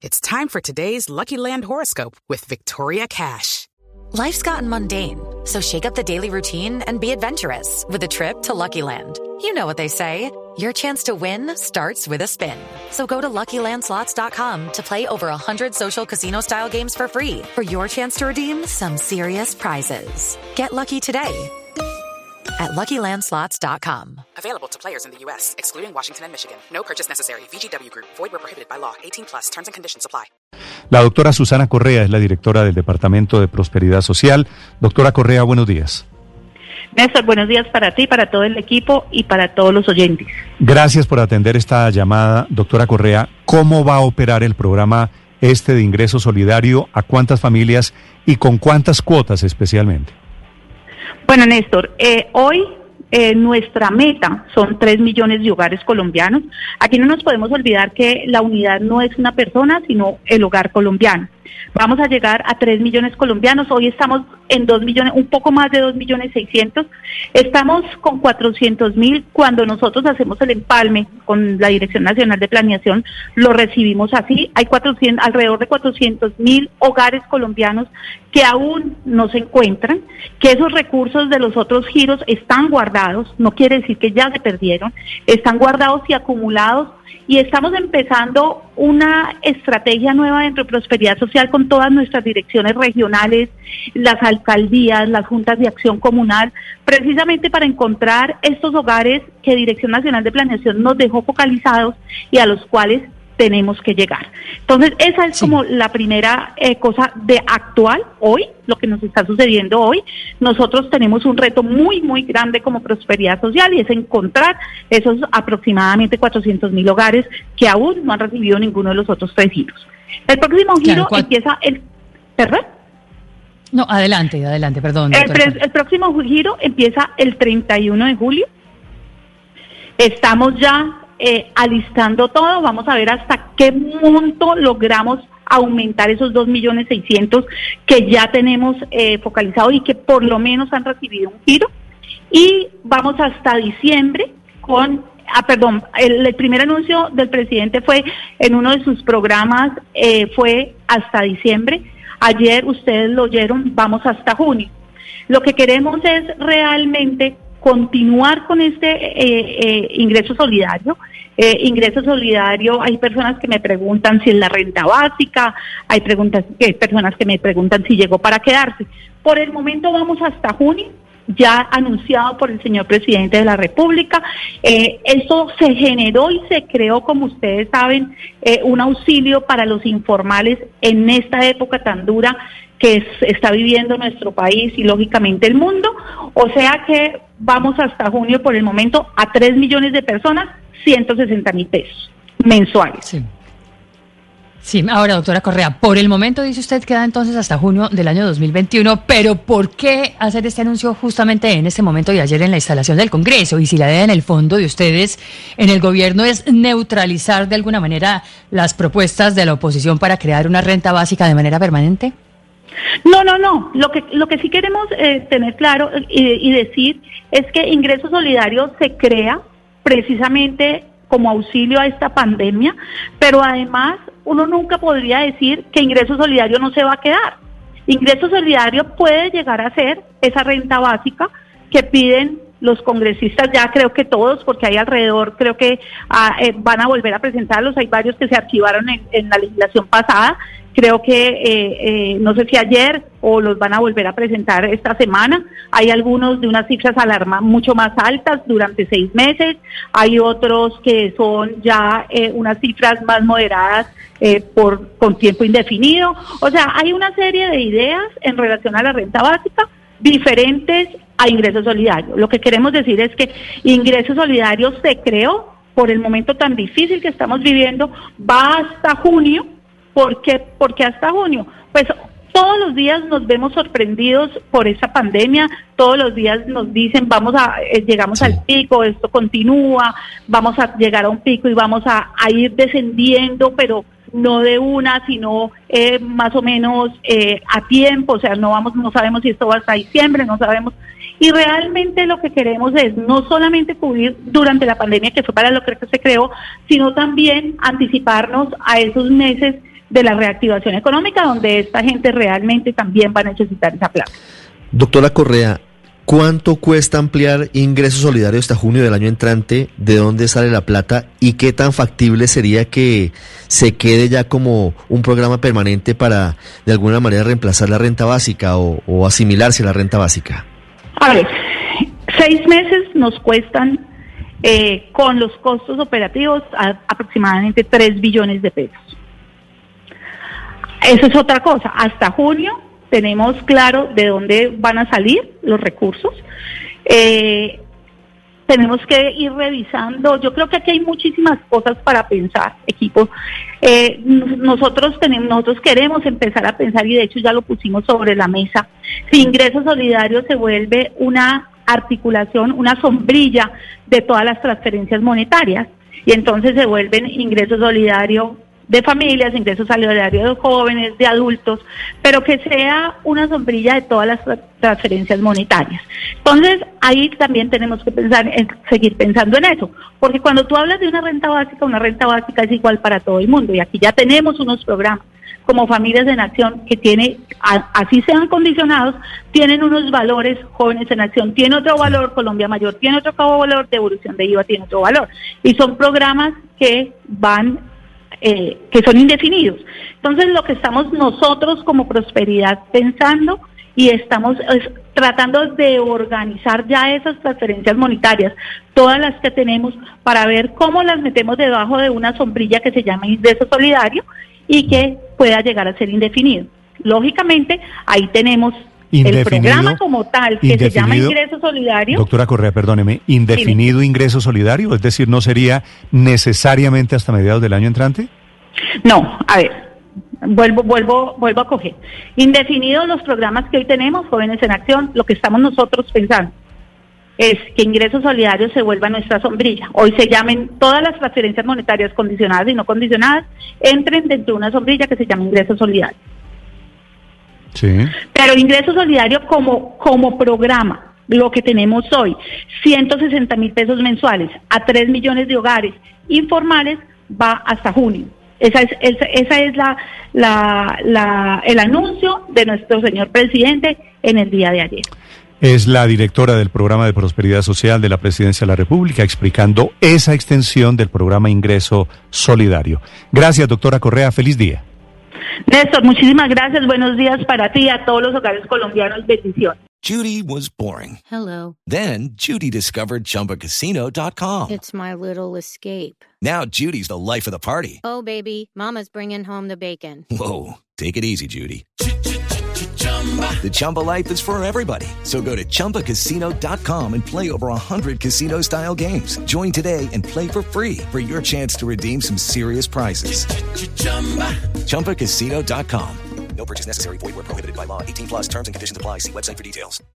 It's time for today's Lucky Land horoscope with Victoria Cash. Life's gotten mundane, so shake up the daily routine and be adventurous with a trip to Lucky Land. You know what they say, your chance to win starts with a spin. So go to LuckyLandSlots.com to play over 100 social casino-style games for free for your chance to redeem some serious prizes. Get lucky today at LuckyLandSlots.com. Available to players in the U.S., excluding Washington and Michigan. No purchase necessary. VGW Group. Void where prohibited by law. 18+. Terms and conditions apply. La doctora Susana Correa es la directora del Departamento de Prosperidad Social. Doctora Correa, buenos días. Néstor, buenos días para ti, para todo el equipo y para todos los oyentes. Gracias por atender esta llamada, doctora Correa. ¿Cómo va a operar el programa de ingreso solidario? ¿A cuántas familias y con cuántas cuotas especialmente? Bueno, Néstor, hoy nuestra meta son 3 millones de hogares colombianos. Aquí no nos podemos olvidar que la unidad no es una persona, sino el hogar colombiano. Vamos a llegar a 3 millones colombianos. Hoy estamos en 2 millones, un poco más de 2.600.000. Estamos con 400.000. Cuando nosotros hacemos el empalme con la Dirección Nacional de Planeación, lo recibimos así. Hay alrededor de 400.000 hogares colombianos que aún no se encuentran, que esos recursos de los otros giros están guardados, no quiere decir que ya se perdieron, están guardados y acumulados. Y estamos empezando una estrategia nueva dentro de Prosperidad Social con todas nuestras direcciones regionales, las alcaldías, las juntas de acción comunal, precisamente para encontrar estos hogares que Dirección Nacional de Planeación nos dejó focalizados y a los cuales tenemos que llegar. Entonces, esa es como la primera cosa de actual hoy, lo que nos está sucediendo hoy. Nosotros tenemos un reto muy, muy grande como Prosperidad Social y es encontrar esos aproximadamente 400.000 hogares que aún no han recibido ninguno de los otros 3 giros. El próximo giro empieza ¿Perdón? No, adelante, perdón. El próximo giro empieza el 31 de julio. Estamos ya alistando todo, vamos a ver hasta qué monto logramos aumentar esos 2.600.000 que ya tenemos focalizado y que por lo menos han recibido un giro, y vamos hasta diciembre con, el primer anuncio del presidente fue en uno de sus programas, fue hasta diciembre. Ayer ustedes lo oyeron, vamos hasta junio. Lo que queremos es realmente continuar con este ingreso solidario. Ingreso solidario, hay personas que me preguntan si es la renta básica, hay personas que me preguntan si llegó para quedarse. Por el momento vamos hasta junio, ya anunciado por el señor presidente de la República. Esto se generó y se creó, como ustedes saben, un auxilio para los informales en esta época tan dura que está viviendo nuestro país y lógicamente el mundo. O sea que vamos hasta junio por el momento a 3 millones de personas, 160.000 pesos mensuales. Sí, ahora, doctora Correa, por el momento, dice usted, queda entonces hasta junio del año 2021, pero ¿por qué hacer este anuncio justamente en este momento y ayer en la instalación del Congreso? Y si la idea en el fondo de ustedes en el gobierno es neutralizar de alguna manera las propuestas de la oposición para crear una renta básica de manera permanente. No. Lo que sí queremos tener claro y decir es que Ingreso Solidario se crea precisamente como auxilio a esta pandemia, pero además uno nunca podría decir que Ingreso Solidario no se va a quedar. Ingreso Solidario puede llegar a ser esa renta básica que piden los congresistas, ya creo que todos, porque hay alrededor, creo que van a volver a presentarlos, hay varios que se archivaron en la legislación pasada, creo que no sé si ayer o los van a volver a presentar esta semana. Hay algunos de unas cifras mucho más altas durante 6 meses, hay otros que son ya unas cifras más moderadas con tiempo indefinido. O sea, hay una serie de ideas en relación a la renta básica diferentes a Ingreso Solidario. Lo que queremos decir es que Ingreso Solidario se creó por el momento tan difícil que estamos viviendo, va hasta junio. ¿Por qué hasta junio? Pues todos los días nos vemos sorprendidos por esta pandemia, todos los días nos dicen llegamos al pico, esto continúa, vamos a llegar a un pico y vamos a ir descendiendo, pero no de una, sino más o menos a tiempo, o sea, no sabemos si esto va hasta diciembre, no sabemos. Y realmente lo que queremos es no solamente cubrir durante la pandemia, que fue para lo que se creó, sino también anticiparnos a esos meses de la reactivación económica, donde esta gente realmente también va a necesitar esa plata. Doctora Correa, ¿cuánto cuesta ampliar Ingreso Solidario hasta junio del año entrante? ¿De dónde sale la plata? ¿Y qué tan factible sería que se quede ya como un programa permanente para, de alguna manera, reemplazar la renta básica o asimilarse a la renta básica? A ver, 6 meses nos cuestan, con los costos operativos, aproximadamente 3 billones de pesos. Eso es otra cosa. Hasta junio tenemos claro de dónde van a salir los recursos. Tenemos que ir revisando. Yo creo que aquí hay muchísimas cosas para pensar, equipo. Nosotros queremos empezar a pensar, y de hecho ya lo pusimos sobre la mesa, si Ingreso Solidario se vuelve una articulación, una sombrilla de todas las transferencias monetarias, y entonces se vuelven Ingreso Solidario de familias, Ingreso Solidario de jóvenes, de adultos, pero que sea una sombrilla de todas las transferencias monetarias. Entonces, ahí también tenemos que seguir pensando en eso, porque cuando tú hablas de una renta básica es igual para todo el mundo, y aquí ya tenemos unos programas como Familias en Acción que así sean condicionados, tienen unos valores. Jóvenes en Acción tiene otro valor, Colombia Mayor tiene otro valor, devolución de IVA tiene otro valor, y son programas que que son indefinidos. Entonces, lo que estamos nosotros como Prosperidad pensando y estamos tratando de organizar ya esas transferencias monetarias, todas las que tenemos, para ver cómo las metemos debajo de una sombrilla que se llama Ingreso Solidario y que pueda llegar a ser indefinido. Lógicamente, ahí tenemos el programa como tal, que se llama Ingreso Solidario. Doctora Correa, perdóneme, ¿indefinido Dime. Ingreso Solidario? Es decir, ¿no sería necesariamente hasta mediados del año entrante? No, a ver, vuelvo a coger. Indefinidos los programas que hoy tenemos, Jóvenes en Acción, lo que estamos nosotros pensando es que Ingreso Solidario se vuelva nuestra sombrilla. Hoy se llamen todas las transferencias monetarias condicionadas y no condicionadas, entren dentro de una sombrilla que se llama Ingreso Solidario. Sí. Pero Ingreso Solidario como programa, lo que tenemos hoy, 160,000 pesos mensuales a 3 millones de hogares informales, va hasta junio. Esa es el anuncio de nuestro señor presidente en el día de ayer. Es la directora del Programa de Prosperidad Social de la Presidencia de la República explicando esa extensión del programa Ingreso Solidario. Gracias, doctora Correa. Feliz día. Néstor, muchísimas gracias. Buenos días para ti y a todos los hogares colombianos. Bendiciones. Judy was boring. Hello. Then Judy discovered ChumbaCasino.com. It's my little escape. Now Judy's the life of the party. Oh, baby, mama's bringing home the bacon. Whoa, take it easy, Judy. The Chumba life is for everybody. So go to ChumbaCasino.com and play over 100 casino-style games. Join today and play for free for your chance to redeem some serious prizes. ChumbaCasino.com. No purchase necessary. Void where prohibited by law. 18+ terms and conditions apply. See website for details.